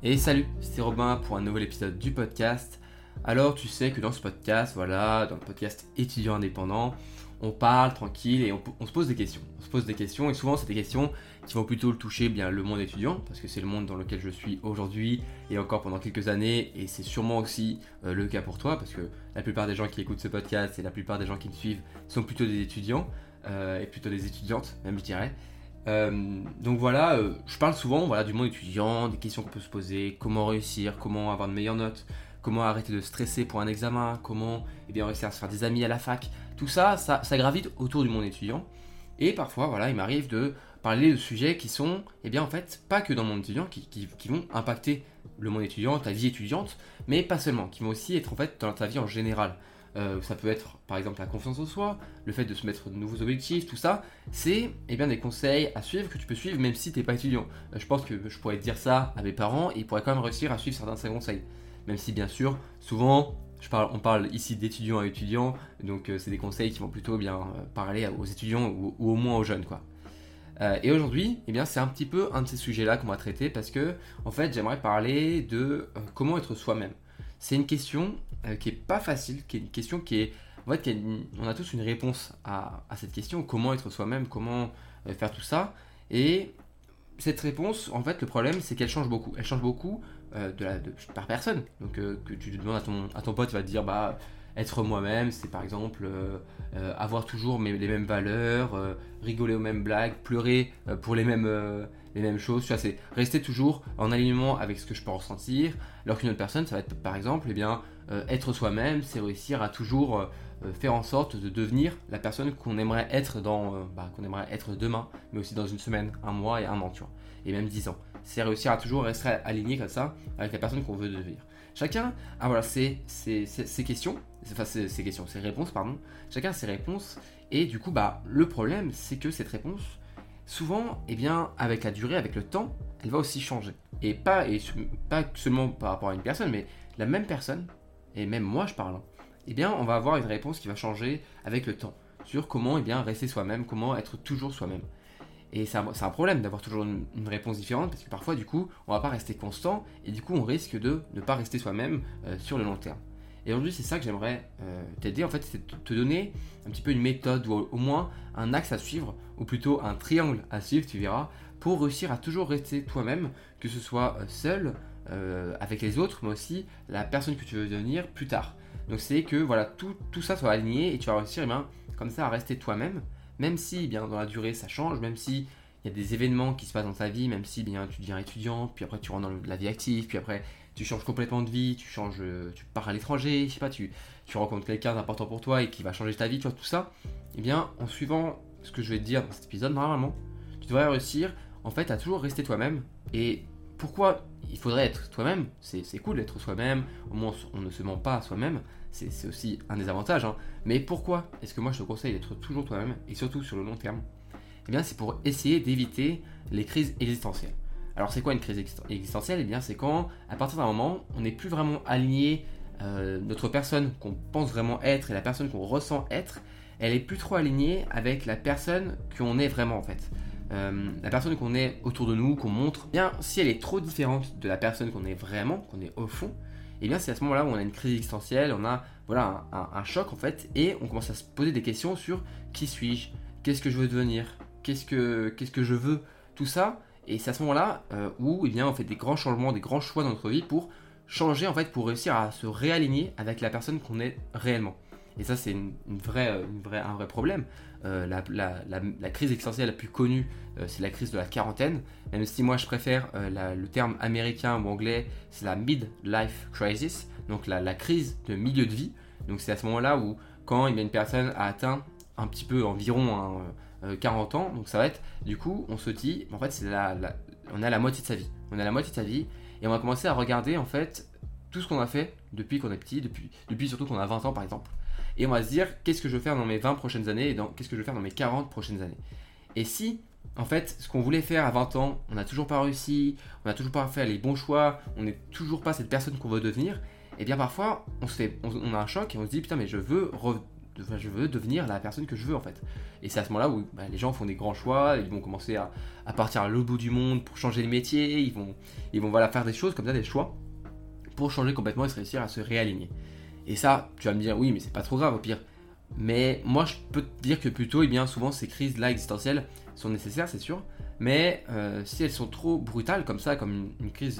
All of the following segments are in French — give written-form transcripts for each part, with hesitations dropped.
Et salut, c'est Robin pour un nouvel épisode du podcast. Alors tu sais que dans ce podcast, dans le podcast étudiant indépendant, on parle tranquille et on se pose des questions. On se pose des questions et souvent c'est des questions qui vont plutôt toucher bien le monde étudiant, parce que c'est le monde dans lequel je suis aujourd'hui et encore pendant quelques années, et c'est sûrement aussi le cas pour toi, parce que la plupart des gens qui écoutent ce podcast et la plupart des gens qui me suivent sont plutôt des étudiants, et plutôt des étudiantes même je dirais. Donc voilà, je parle souvent du monde étudiant, des questions qu'on peut se poser, comment réussir, comment avoir de meilleures notes, comment arrêter de stresser pour un examen, comment réussir à se faire des amis à la fac. Tout ça, ça gravite autour du monde étudiant. Et parfois, il m'arrive de parler de sujets qui sont, en fait, pas que dans le monde étudiant, qui vont impacter le monde étudiant, ta vie étudiante, mais pas seulement, qui vont aussi être en fait dans ta vie en général. Ça peut être par exemple la confiance en soi, le fait de se mettre de nouveaux objectifs, tout ça, c'est des conseils à suivre que tu peux suivre même si tu n'es pas étudiant. Je pense que je pourrais dire ça à mes parents et ils pourraient quand même réussir à suivre certains de ces conseils. Même si bien sûr, souvent, on parle ici d'étudiant à étudiant, donc c'est des conseils qui vont plutôt parler aux étudiants ou au moins aux jeunes, quoi. Et aujourd'hui, c'est un petit peu un de ces sujets-là qu'on va traiter parce que, en fait, j'aimerais parler de comment être soi-même. C'est une question qui est pas facile, qui est une question qui est... En fait, on a tous une réponse à cette question, comment être soi-même, comment faire tout ça. Et cette réponse, en fait, le problème, c'est qu'elle change beaucoup. Elle change beaucoup par personne. Donc, que tu demandes à ton pote, il va te dire, être moi-même, c'est par exemple avoir toujours les mêmes valeurs, rigoler aux mêmes blagues, pleurer pour les mêmes choses. Tu vois, c'est rester toujours en alignement avec ce que je peux ressentir. Alors qu'une autre personne, ça va être par exemple, être soi-même, c'est réussir à toujours faire en sorte de devenir la personne qu'on aimerait être qu'on aimerait être demain, mais aussi dans une semaine, un mois et un an, tu vois, et même 10 ans. C'est réussir à toujours rester aligné comme ça avec la personne qu'on veut devenir. Chacun a ces réponses, pardon. Chacun a ses réponses, et du coup, le problème, c'est que cette réponse, souvent, avec la durée, avec le temps, elle va aussi changer. Et pas seulement par rapport à une personne, mais la même personne, et même moi je parle, on va avoir une réponse qui va changer avec le temps, sur comment rester soi-même, comment être toujours soi-même. Et c'est un problème d'avoir toujours une réponse différente, parce que parfois, du coup, on va pas rester constant, et du coup, on risque de ne pas rester soi-même sur le long terme. Et aujourd'hui, c'est ça que j'aimerais t'aider, en fait, c'est de te donner un petit peu une méthode, ou au moins un axe à suivre, ou plutôt un triangle à suivre, tu verras, pour réussir à toujours rester toi-même, que ce soit seul, avec les autres, mais aussi la personne que tu veux devenir plus tard. Donc c'est que tout ça soit aligné, et tu vas réussir comme ça à rester toi-même, même si dans la durée ça change, même si il y a des événements qui se passent dans ta vie, même si tu deviens étudiant, puis après tu rentres dans la vie active, puis après tu changes complètement de vie, tu pars à l'étranger, je sais pas, tu rencontres quelqu'un d'important pour toi et qui va changer ta vie, tu vois, tout ça, en suivant ce que je vais te dire dans cet épisode, normalement, tu devrais réussir en fait à toujours rester toi-même. Et pourquoi il faudrait être toi-même? C'est cool d'être soi-même, au moins on ne se ment pas à soi-même, c'est aussi un des avantages, hein. Mais pourquoi est-ce que moi je te conseille d'être toujours toi-même, et surtout sur le long terme? C'est pour essayer d'éviter les crises existentielles. Alors c'est quoi une crise existentielle? C'est quand, à partir d'un moment, on n'est plus vraiment aligné, notre personne qu'on pense vraiment être et la personne qu'on ressent être, elle est plus trop alignée avec la personne qu'on est vraiment en fait. La personne qu'on est autour de nous, qu'on montre, si elle est trop différente de la personne qu'on est vraiment, qu'on est au fond, c'est à ce moment-là où on a une crise existentielle, on a un choc en fait, et on commence à se poser des questions sur qui suis-je, qu'est-ce que je veux devenir, qu'est-ce que je veux, tout ça. Et c'est à ce moment-là où on fait des grands changements, des grands choix dans notre vie pour changer en fait, pour réussir à se réaligner avec la personne qu'on est réellement. Et ça, c'est un vrai problème. La crise existentielle la plus connue, c'est la crise de la quarantaine. Même si moi, je préfère le terme américain ou anglais, c'est la mid-life crisis, donc la crise de milieu de vie. Donc c'est à ce moment-là où, quand une personne a atteint un petit peu environ 40 ans, donc ça va être, du coup, on se dit, en fait, on a la moitié de sa vie. On a la moitié de sa vie, et on va commencer à regarder, en fait, tout ce qu'on a fait depuis qu'on est petit, depuis surtout qu'on a 20 ans, par exemple. Et on va se dire, qu'est-ce que je veux faire dans mes 20 prochaines années, et qu'est-ce que je veux faire dans mes 40 prochaines années. Et si, en fait, ce qu'on voulait faire à 20 ans, on n'a toujours pas réussi, on n'a toujours pas fait les bons choix, on n'est toujours pas cette personne qu'on veut devenir, parfois, on a un choc et on se dit, putain, mais je veux je veux devenir la personne que je veux en fait. Et c'est à ce moment-là où les gens font des grands choix, ils vont commencer à partir à l'autre bout du monde pour changer de métier, ils vont voilà, faire des choses comme ça, des choix, pour changer complètement et se réussir à se réaligner. Et ça, tu vas me dire, oui, mais c'est pas trop grave au pire. Mais moi, je peux te dire que plutôt, souvent, ces crises-là existentielles sont nécessaires, c'est sûr. Mais si elles sont trop brutales, comme ça, comme une crise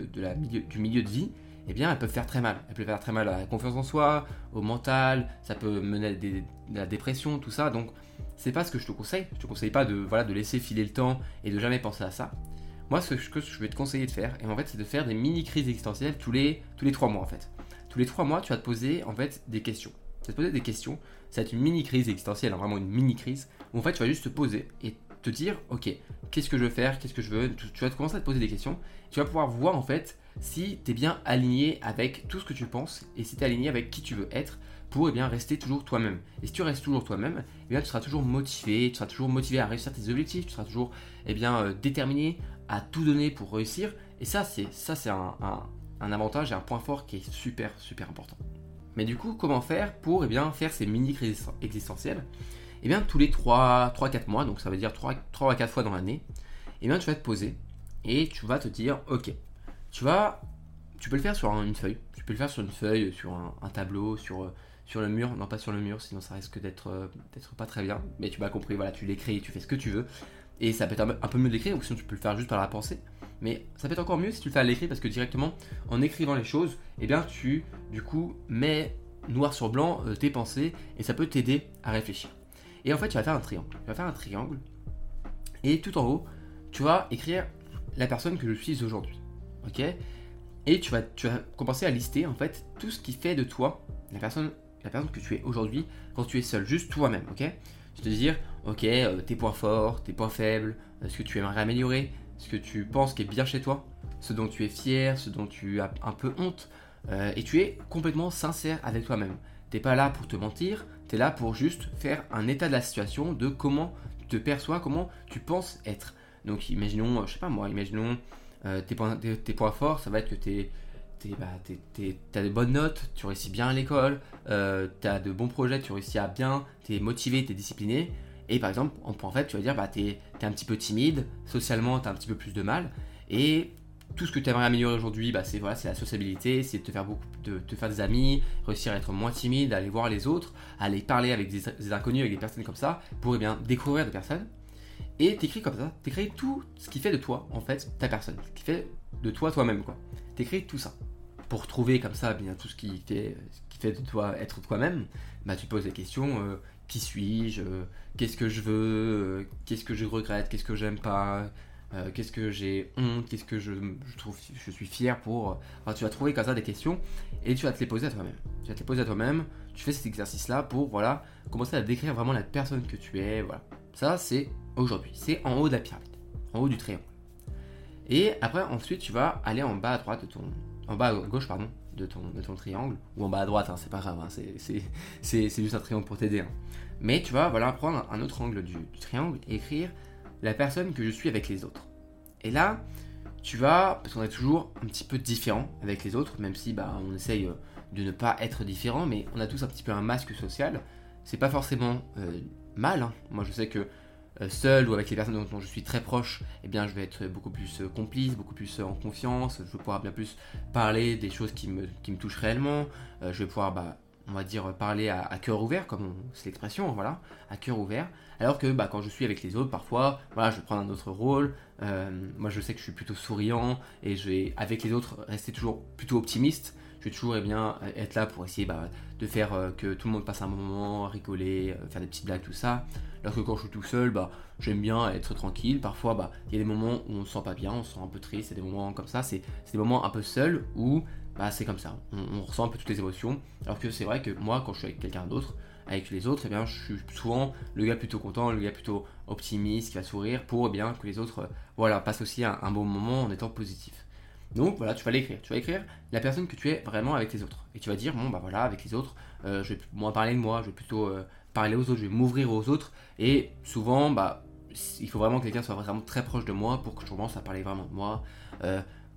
du milieu de vie, elles peuvent faire très mal. Elles peuvent faire très mal à la confiance en soi, au mental, ça peut mener à la dépression, tout ça. Donc, c'est pas ce que je te conseille. Je te conseille pas de laisser filer le temps et de jamais penser à ça. Moi, ce que je vais te conseiller de faire, et en fait, c'est de faire des mini-crises existentielles tous les 3 mois, en fait. Tous les 3 mois, tu vas te poser, en fait, des questions. Tu vas te poser des questions. Ça va être une mini-crise existentielle, vraiment une mini-crise, où en fait, tu vas juste te poser et te dire, ok, qu'est-ce que je veux faire, qu'est-ce que je veux. Tu vas commencer à te poser des questions. Tu vas pouvoir voir, en fait, si tu es bien aligné avec tout ce que tu penses et si tu es aligné avec qui tu veux être pour rester toujours toi-même. Et si tu restes toujours toi-même, tu seras toujours motivé à réussir tes objectifs, tu seras toujours déterminé à tout donner pour réussir. Et ça, c'est un avantage et un point fort qui est super, super important. Mais du coup, comment faire pour faire ces mini-crises existentielles? Tous les 3-4 mois, donc ça veut dire 3 à 4 fois dans l'année, tu vas te poser et tu vas te dire, ok, tu peux le faire sur une feuille, sur un tableau, sur le mur, non pas sur le mur, sinon ça risque d'être pas très bien, mais tu m'as compris, voilà, tu l'écris, tu fais ce que tu veux, et ça peut être un peu mieux de l'écrire, ou sinon tu peux le faire juste par la pensée, mais ça peut être encore mieux si tu le fais à l'écrit, parce que directement, en écrivant les choses, tu, du coup, mets noir sur blanc tes pensées, et ça peut t'aider à réfléchir. Et en fait, tu vas faire un triangle, et tout en haut, tu vas écrire la personne que je suis aujourd'hui, ok? Et tu vas commencer à lister en fait tout ce qui fait de toi la personne que tu es aujourd'hui quand tu es seul, juste toi-même, ok? Je te dire, ok, tes points forts, tes points faibles, ce que tu aimerais améliorer, ce que tu penses qui est bien chez toi, ce dont tu es fier, ce dont tu as un peu honte, et tu es complètement sincère avec toi-même. T'es pas là pour te mentir, tu es là pour juste faire un état de la situation, de comment tu te perçois, comment tu penses être. Donc imaginons, tes points forts, ça va être que t'as de bonnes notes, tu réussis bien à l'école, t'as de bons projets, tu réussis à bien, t'es motivé, t'es discipliné. Et par exemple, en point faible, tu vas dire t'es un petit peu timide, socialement t'as un petit peu plus de mal. Et tout ce que tu aimerais améliorer aujourd'hui, c'est la sociabilité, c'est de te faire des amis, réussir à être moins timide, aller voir les autres, aller parler avec des inconnus, avec des personnes comme ça, pour découvrir des personnes. Et t'écris comme ça, t'écris tout ce qui fait de toi, en fait, ta personne, ce qui fait de toi toi-même, quoi. T'écris tout ça. Pour trouver comme ça, tout ce qui fait de toi être toi-même, tu poses des questions, qui suis-je, qu'est-ce que je veux, qu'est-ce que je regrette, qu'est-ce que j'aime pas, qu'est-ce que j'ai honte, qu'est-ce que je suis fier pour. Enfin, tu vas trouver comme ça des questions et tu vas te les poser à toi-même. Tu fais cet exercice-là pour commencer à décrire vraiment la personne que tu es. Voilà. Ça, c'est aujourd'hui. C'est en haut de la pyramide, en haut du triangle. Et après, ensuite, tu vas aller en bas à gauche, de ton triangle, ou en bas à droite, c'est pas grave, c'est juste un triangle pour t'aider. Mais tu vas prendre un autre angle du triangle et écrire la personne que je suis avec les autres. Et là, parce qu'on est toujours un petit peu différent avec les autres, même si on essaye de ne pas être différent, mais on a tous un petit peu un masque social. C'est pas forcément mal. Moi, je sais que seul ou avec les personnes dont je suis très proche, je vais être beaucoup plus complice, beaucoup plus en confiance. Je vais pouvoir bien plus parler des choses qui me touchent réellement. Je vais pouvoir, on va dire, parler à cœur ouvert, comme c'est l'expression, à cœur ouvert. Alors que quand je suis avec les autres, parfois, je vais prendre un autre rôle. Moi, je sais que je suis plutôt souriant et je vais, avec les autres, rester toujours plutôt optimiste. Je vais toujours être là pour essayer de faire que tout le monde passe un bon moment, rigoler, faire des petites blagues, tout ça. Alors que quand je suis tout seul, j'aime bien être tranquille. Parfois, il y a des moments où on se sent pas bien, on se sent un peu triste, c'est des moments comme ça, c'est des moments un peu seuls où c'est comme ça, on ressent un peu toutes les émotions. Alors que c'est vrai que moi, quand je suis avec quelqu'un d'autre, avec les autres, je suis souvent le gars plutôt content, le gars plutôt optimiste, qui va sourire pour que les autres passent aussi un bon moment en étant positif. Donc tu vas l'écrire. Tu vas écrire la personne que tu es vraiment avec les autres. Et tu vas dire, avec les autres, je vais moins parler de moi, je vais plutôt parler aux autres, je vais m'ouvrir aux autres. Et souvent, il faut vraiment que quelqu'un soit vraiment très proche de moi pour que je commence à parler vraiment de moi.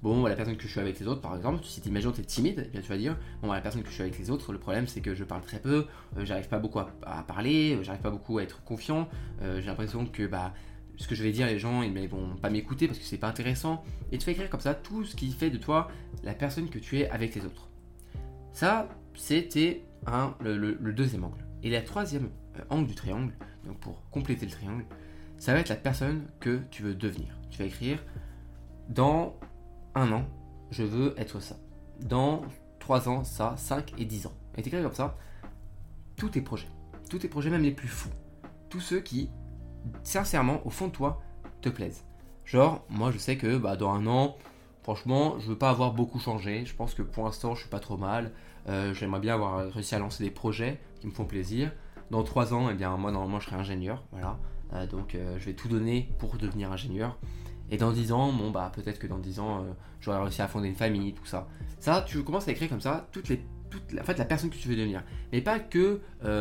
bon, la personne que je suis avec les autres, par exemple, si t'imagines que t'es timide, eh bien tu vas dire, bon, la personne que je suis avec les autres, le problème c'est que je parle très peu, j'arrive pas beaucoup à parler, j'arrive pas beaucoup à être confiant, j'ai l'impression que ce que je vais dire, les gens ils vont pas m'écouter parce que c'est pas intéressant. Et tu vas écrire comme ça tout ce qui fait de toi la personne que tu es avec les autres. Ça, c'était le deuxième angle. Et la troisième angle du triangle, donc pour compléter le triangle, ça va être la personne que tu veux devenir. Tu vas écrire dans 1 an, je veux être ça. Dans 3 ans, ça, 5 et 10 ans. Et t'écris comme ça tous tes projets, même les plus fous. Tous ceux qui, sincèrement, au fond de toi, te plaisent. Genre, moi je sais que dans 1 an, franchement, je veux pas avoir beaucoup changé. Je pense que pour l'instant, je suis pas trop mal. J'aimerais bien avoir réussi à lancer des projets qui me font plaisir. Dans 3 ans, eh bien, moi normalement, je serai ingénieur. Voilà. Donc, je vais tout donner pour devenir ingénieur. Et dans 10 ans, peut-être que dans 10 ans, j'aurai réussi à fonder une famille, tout ça. Ça, tu commences à écrire comme ça en fait, la personne que tu veux devenir. Mais pas que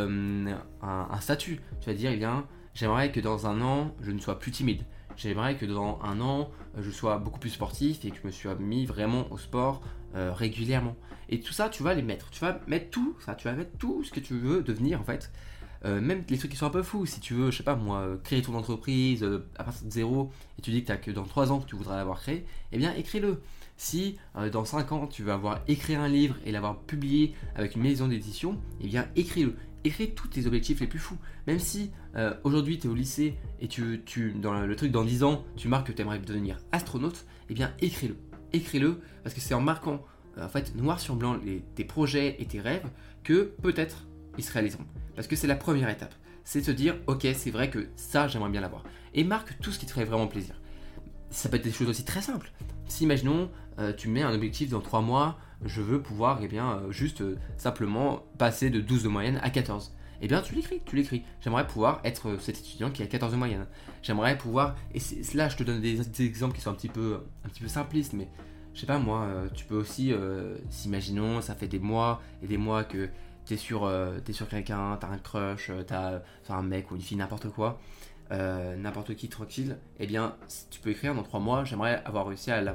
un statut. Tu vas dire, eh bien, j'aimerais que dans 1 an, je ne sois plus timide. J'aimerais que dans 1 an, je sois beaucoup plus sportif et que je me sois mis vraiment au sport régulièrement. Et tout ça, tu vas les mettre. Tu vas mettre tout ça. Tu vas mettre tout ce que tu veux devenir, en fait. Même les trucs qui sont un peu fous, si tu veux, je sais pas moi, créer ton entreprise à partir de zéro, et tu dis que tu as que dans 3 ans que tu voudrais l'avoir créé, eh bien écris-le. Si dans 5 ans tu veux avoir écrit un livre et l'avoir publié avec une maison d'édition, eh bien écris-le. Écris tous tes objectifs les plus fous. Même si aujourd'hui tu es au lycée et dans le truc dans 10 ans, tu marques que tu aimerais devenir astronaute, eh bien écris-le. Écris-le parce que c'est en marquant en fait noir sur blanc tes projets et tes rêves que peut-être ils se réaliseront. Parce que c'est la première étape. C'est se dire, ok, c'est vrai que ça, j'aimerais bien l'avoir. Et marque tout ce qui te ferait vraiment plaisir. Ça peut être des choses aussi très simples. Si, imaginons, tu mets un objectif dans 3 mois, je veux pouvoir, juste simplement passer de 12 de moyenne à 14. Eh bien, tu l'écris. J'aimerais pouvoir être cet étudiant qui a 14 de moyenne. J'aimerais pouvoir, et là, je te donne des exemples qui sont un petit peu simplistes, mais je sais pas, moi, tu peux aussi, imaginons, ça fait des mois et des mois que t'es sur quelqu'un, t'as un crush, t'as un mec ou une fille, n'importe quoi, n'importe qui tranquille, eh bien tu peux écrire dans 3 mois, j'aimerais avoir réussi à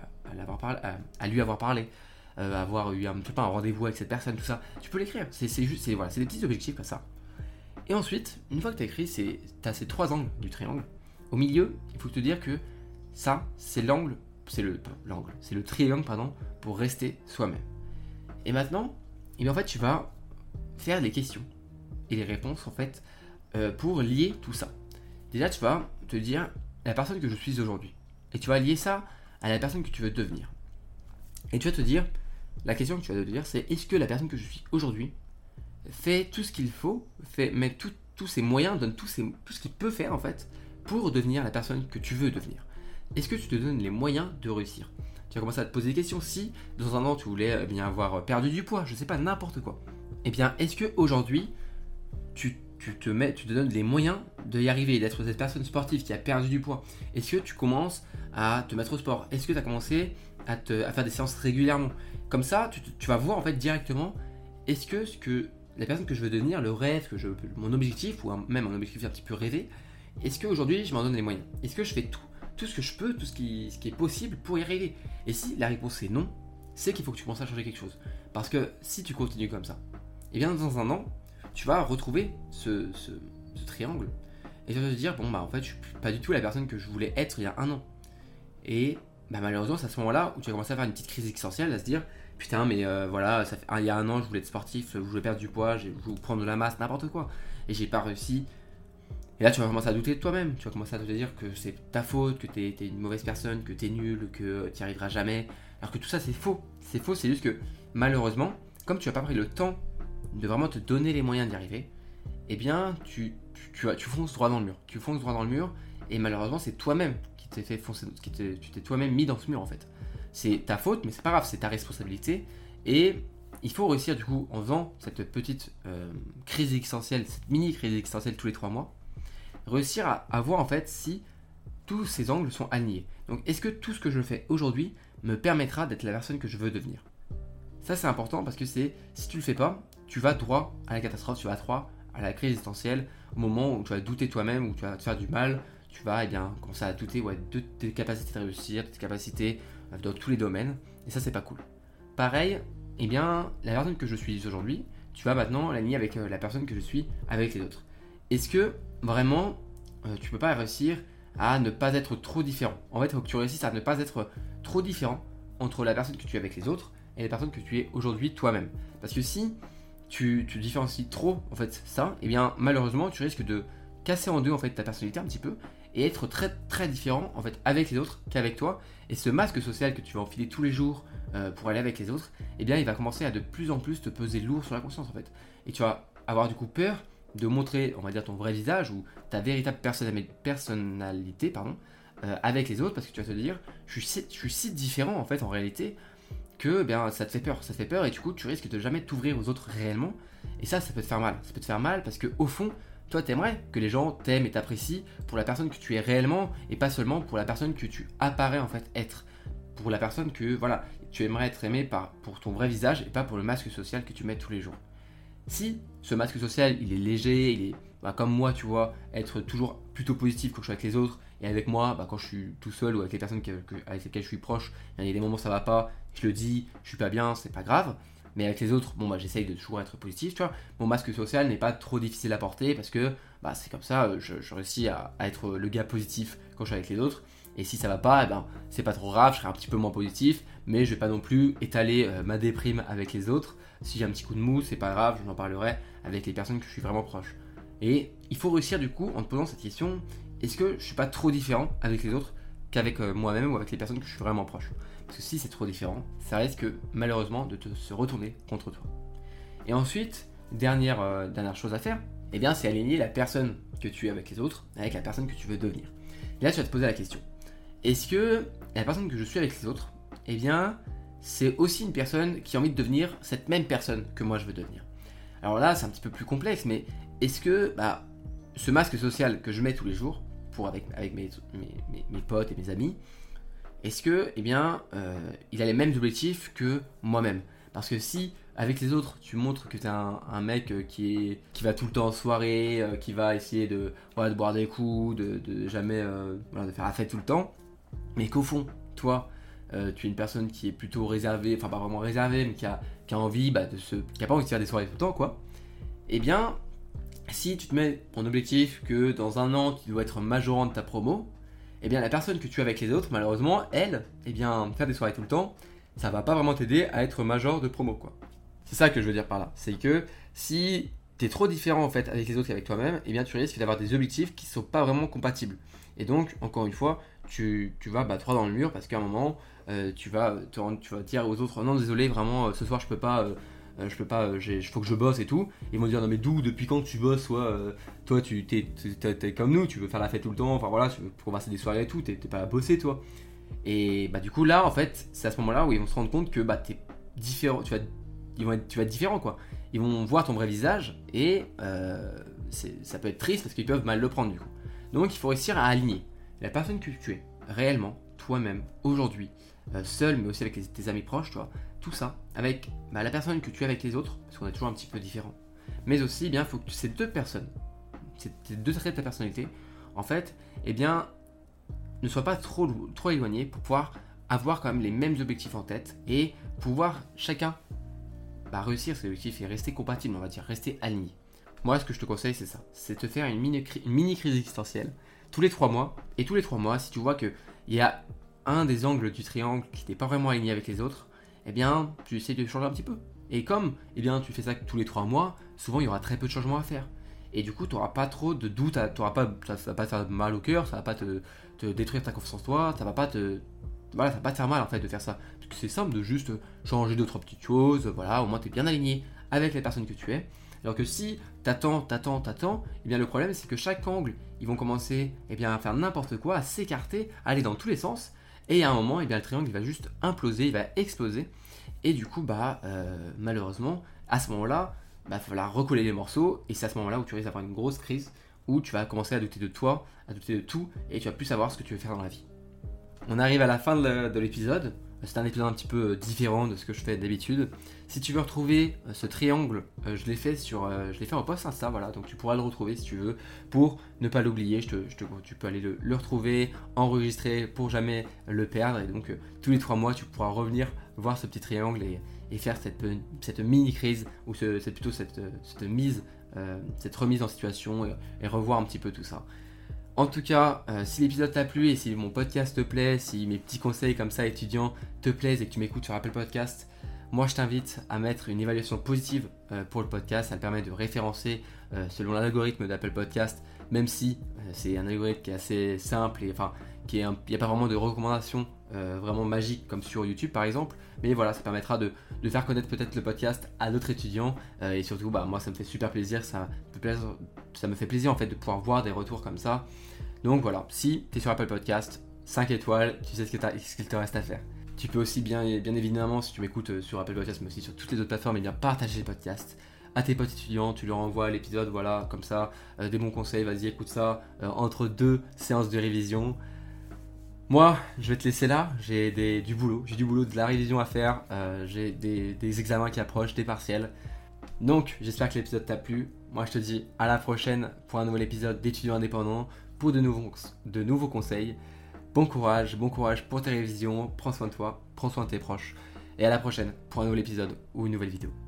lui avoir parlé, avoir eu un rendez-vous avec cette personne, tout ça. Tu peux l'écrire, c'est juste, voilà, c'est des petits objectifs comme ça. Et ensuite, une fois que tu as écrit, t'as ces 3 angles du triangle. Au milieu, il faut te dire que ça, c'est le triangle, pour rester soi-même. Et maintenant, en fait, tu vas faire des questions et les réponses en fait pour lier tout ça. Déjà, tu vas te dire la personne que je suis aujourd'hui et tu vas lier ça à la personne que tu veux devenir. Et tu vas te dire, la question que tu vas te dire, c'est est-ce que la personne que je suis aujourd'hui fait tout ce qu'il faut, met tous ses moyens, donne tout ce qu'il peut faire en fait pour devenir la personne que tu veux devenir. Est-ce que tu te donnes les moyens de réussir? Tu vas commencer à te poser des questions. Si dans 1 an tu voulais bien avoir perdu du poids, je sais pas, n'importe quoi, eh bien est-ce que aujourd'hui tu te donnes les moyens d'y arriver, d'être cette personne sportive qui a perdu du poids? Est-ce que tu commences à te mettre au sport? Est-ce que tu as commencé à faire des séances régulièrement? Comme ça, tu vas voir en fait directement, est-ce que la personne que je veux devenir, le rêve, mon objectif, ou même un objectif un petit peu rêvé, est-ce qu'aujourd'hui je m'en donne les moyens? Est-ce que je fais tout ce que je peux, tout ce qui est possible pour y arriver? Et si la réponse est non, c'est qu'il faut que tu commences à changer quelque chose. Parce que si tu continues comme ça, et bien dans 1 an, tu vas retrouver ce triangle et tu vas te dire, en fait, je suis pas du tout la personne que je voulais être il y a 1 an. Et malheureusement, c'est à ce moment-là où tu vas commencer à faire une petite crise existentielle, à se dire, putain, mais voilà, il y a 1 an, je voulais être sportif, je voulais perdre du poids, je voulais prendre de la masse, n'importe quoi. Et j'ai pas réussi. Et là, tu vas commencer à douter de toi-même. Tu vas commencer à te dire que c'est ta faute, que t'es une mauvaise personne, que t'es nul, que t'y arriveras jamais. Alors que tout ça, c'est faux. C'est faux, c'est juste que malheureusement, comme tu n'as pas pris le temps de vraiment te donner les moyens d'y arriver, eh bien, tu fonces droit dans le mur. Tu fonces droit dans le mur et malheureusement, c'est toi-même qui t'es fait foncer, tu t'es toi-même mis dans ce mur en fait. C'est ta faute, mais c'est pas grave, c'est ta responsabilité. Et il faut réussir du coup, en faisant cette petite crise existentielle, cette mini crise existentielle tous les 3 mois, réussir à voir en fait si tous ces angles sont alignés. Donc est-ce que tout ce que je fais aujourd'hui me permettra d'être la personne que je veux devenir? Ça c'est important parce que si tu le fais pas, tu vas droit à la catastrophe, tu vas droit à la crise existentielle, au moment où tu vas douter toi-même, où tu vas te faire du mal, tu vas commencer à douter de tes capacités de réussir, de tes capacités dans tous les domaines, et ça c'est pas cool. Pareil, eh bien, la personne que je suis aujourd'hui, tu vas maintenant l'aligner avec la personne que je suis avec les autres. Est-ce que vraiment tu peux pas réussir à ne pas être trop différent? En fait, il faut que tu réussisses à ne pas être trop différent entre la personne que tu es avec les autres et la personne que tu es aujourd'hui toi-même. Parce que si tu différencies trop en fait ça, eh bien malheureusement tu risques de casser en deux en fait ta personnalité un petit peu et être très très différent en fait avec les autres qu'avec toi. Et ce masque social que tu vas enfiler tous les jours pour aller avec les autres, eh bien il va commencer à de plus en plus te peser lourd sur la conscience en fait. Et tu vas avoir du coup peur de montrer, on va dire, ton vrai visage ou ta véritable personnalité avec les autres, parce que tu vas te dire, je suis si différent en fait en réalité que ça te fait peur et du coup tu risques de jamais t'ouvrir aux autres réellement. Et ça peut te faire mal. Ça peut te faire mal parce que au fond, toi t'aimerais que les gens t'aiment et t'apprécient pour la personne que tu es réellement et pas seulement pour la personne que tu apparais en fait être. Pour la personne que voilà, tu aimerais être aimé pour ton vrai visage et pas pour le masque social que tu mets tous les jours. Si ce masque social il est léger, il est comme moi tu vois, être toujours plutôt positif quand je suis avec les autres, et avec moi quand je suis tout seul ou avec les personnes avec lesquelles je suis proche, il y a des moments où ça va pas, je le dis, je suis pas bien, c'est pas grave, mais avec les autres, j'essaye de toujours être positif, tu vois. Mon masque social n'est pas trop difficile à porter parce que c'est comme ça, je réussis à être le gars positif quand je suis avec les autres. Et si ça va pas, c'est pas trop grave, je serai un petit peu moins positif, mais je vais pas non plus étaler ma déprime avec les autres. Si j'ai un petit coup de mou, c'est pas grave, j'en parlerai avec les personnes que je suis vraiment proche. Et il faut réussir du coup en te posant cette question, est-ce que je suis pas trop différent avec les autres qu'avec moi-même ou avec les personnes que je suis vraiment proche? Parce que si c'est trop différent, ça risque malheureusement de se retourner contre toi. Et ensuite, dernière chose à faire, c'est aligner la personne que tu es avec les autres avec la personne que tu veux devenir. Et là tu vas te poser la question, est-ce que la personne que je suis avec les autres, c'est aussi une personne qui a envie de devenir cette même personne que moi je veux devenir? Alors là, c'est un petit peu plus complexe, mais est-ce que ce masque social que je mets tous les jours avec mes potes et mes amis, est-ce que il a les mêmes objectifs que moi-même? Parce que si avec les autres tu montres que tu es un mec qui va tout le temps en soirée, qui va essayer de boire des coups, de jamais de faire la fête tout le temps, mais qu'au fond toi tu es une personne qui est plutôt réservée, enfin pas vraiment réservée, mais qui a envie qui a pas envie de faire des soirées tout le temps quoi, si tu te mets en objectif que dans un an tu dois être majorant de ta promo, la personne que tu es avec les autres, malheureusement, elle, faire des soirées tout le temps, ça va pas vraiment t'aider à être major de promo quoi. C'est ça que je veux dire par là, c'est que si tu es trop différent en fait avec les autres qu'avec toi-même, tu risques d'avoir des objectifs qui sont pas vraiment compatibles. Et donc, encore une fois, tu vas droit dans le mur parce qu'à un moment, tu vas dire aux autres, non désolé, vraiment, ce soir je peux pas, faut que je bosse et tout. Ils vont dire, non mais d'où, depuis quand tu bosses, toi t'es comme nous, tu veux faire la fête tout le temps, enfin voilà, tu veux passer des soirées et tout, t'es pas à bosser toi. Et du coup là, en fait, c'est à ce moment-là où ils vont se rendre compte que t'es différent, tu vas être différent quoi. Ils vont voir ton vrai visage et ça peut être triste parce qu'ils peuvent mal le prendre du coup. Donc il faut réussir à aligner la personne que tu es réellement, toi-même, aujourd'hui, seul mais aussi avec tes amis proches, tu vois, tout ça, avec la personne que tu es avec les autres, parce qu'on est toujours un petit peu différents. Mais aussi, il faut que ces deux personnes, ces deux traits de ta personnalité, en fait, ne soient pas trop éloignés pour pouvoir avoir quand même les mêmes objectifs en tête et pouvoir chacun réussir ses objectifs et rester compatible, on va dire, rester aligné. Moi, ce que je te conseille, c'est ça, c'est de te faire une mini crise existentielle tous les 3 mois, et tous les 3 mois, si tu vois qu'il y a un des angles du triangle qui n'est pas vraiment aligné avec les autres, tu essaies de changer un petit peu. Et comme tu fais ça tous les 3 mois, souvent il y aura très peu de changements à faire. Et du coup, tu n'auras pas trop de doutes, ça va pas te faire mal au cœur, ça va pas te détruire ta confiance en toi, ça va pas te faire mal en fait de faire ça. Parce que c'est simple de juste changer 2-3 petites choses, au moins tu es bien aligné avec les personnes que tu es. Alors que si t'attends, le problème c'est que chaque angle, ils vont commencer à faire n'importe quoi, à s'écarter, à aller dans tous les sens, et à un moment, le triangle il va juste imploser, il va exploser, et du coup, malheureusement, à ce moment-là, il va falloir recoller les morceaux, et c'est à ce moment-là où tu risques d'avoir une grosse crise, où tu vas commencer à douter de toi, à douter de tout, et tu vas plus savoir ce que tu veux faire dans la vie. On arrive à la fin de l'épisode. C'est un épisode un petit peu différent de ce que je fais d'habitude. Si tu veux retrouver ce triangle, je l'ai fait en post Insta, voilà, donc tu pourras le retrouver si tu veux, pour ne pas l'oublier. Tu peux aller le retrouver, enregistrer pour jamais le perdre, et donc tous les 3 mois tu pourras revenir voir ce petit triangle et faire cette mini crise, ou c'est plutôt cette remise en situation, et revoir un petit peu tout ça. En tout cas, si l'épisode t'a plu et si mon podcast te plaît, si mes petits conseils comme ça étudiants te plaisent et que tu m'écoutes sur Apple Podcast, moi je t'invite à mettre une évaluation positive pour le podcast. Ça me permet de référencer selon l'algorithme d'Apple Podcast, même si c'est un algorithme qui est assez simple et enfin il n'y a pas vraiment de recommandations vraiment magiques comme sur YouTube par exemple. Mais voilà, ça permettra de faire connaître peut-être le podcast à d'autres étudiants, et surtout moi ça me fait super plaisir, ça me fait plaisir en fait de pouvoir voir des retours comme ça. Donc voilà, si tu es sur Apple Podcast, 5 étoiles, tu sais ce qu'il te reste à faire. Tu peux aussi bien évidemment, si tu m'écoutes sur Apple Podcast mais aussi sur toutes les autres plateformes, bien partager le podcast à tes potes étudiants, tu leur envoies l'épisode, voilà, comme ça, des bons conseils, vas-y écoute ça, entre 2 séances de révision. Moi, je vais te laisser là, j'ai du boulot, de la révision à faire, j'ai des examens qui approchent, des partiels. Donc, j'espère que l'épisode t'a plu. Moi, je te dis à la prochaine pour un nouvel épisode d'étudiants indépendants, pour de nouveaux conseils. Bon courage pour tes révisions, prends soin de toi, prends soin de tes proches. Et à la prochaine pour un nouvel épisode ou une nouvelle vidéo.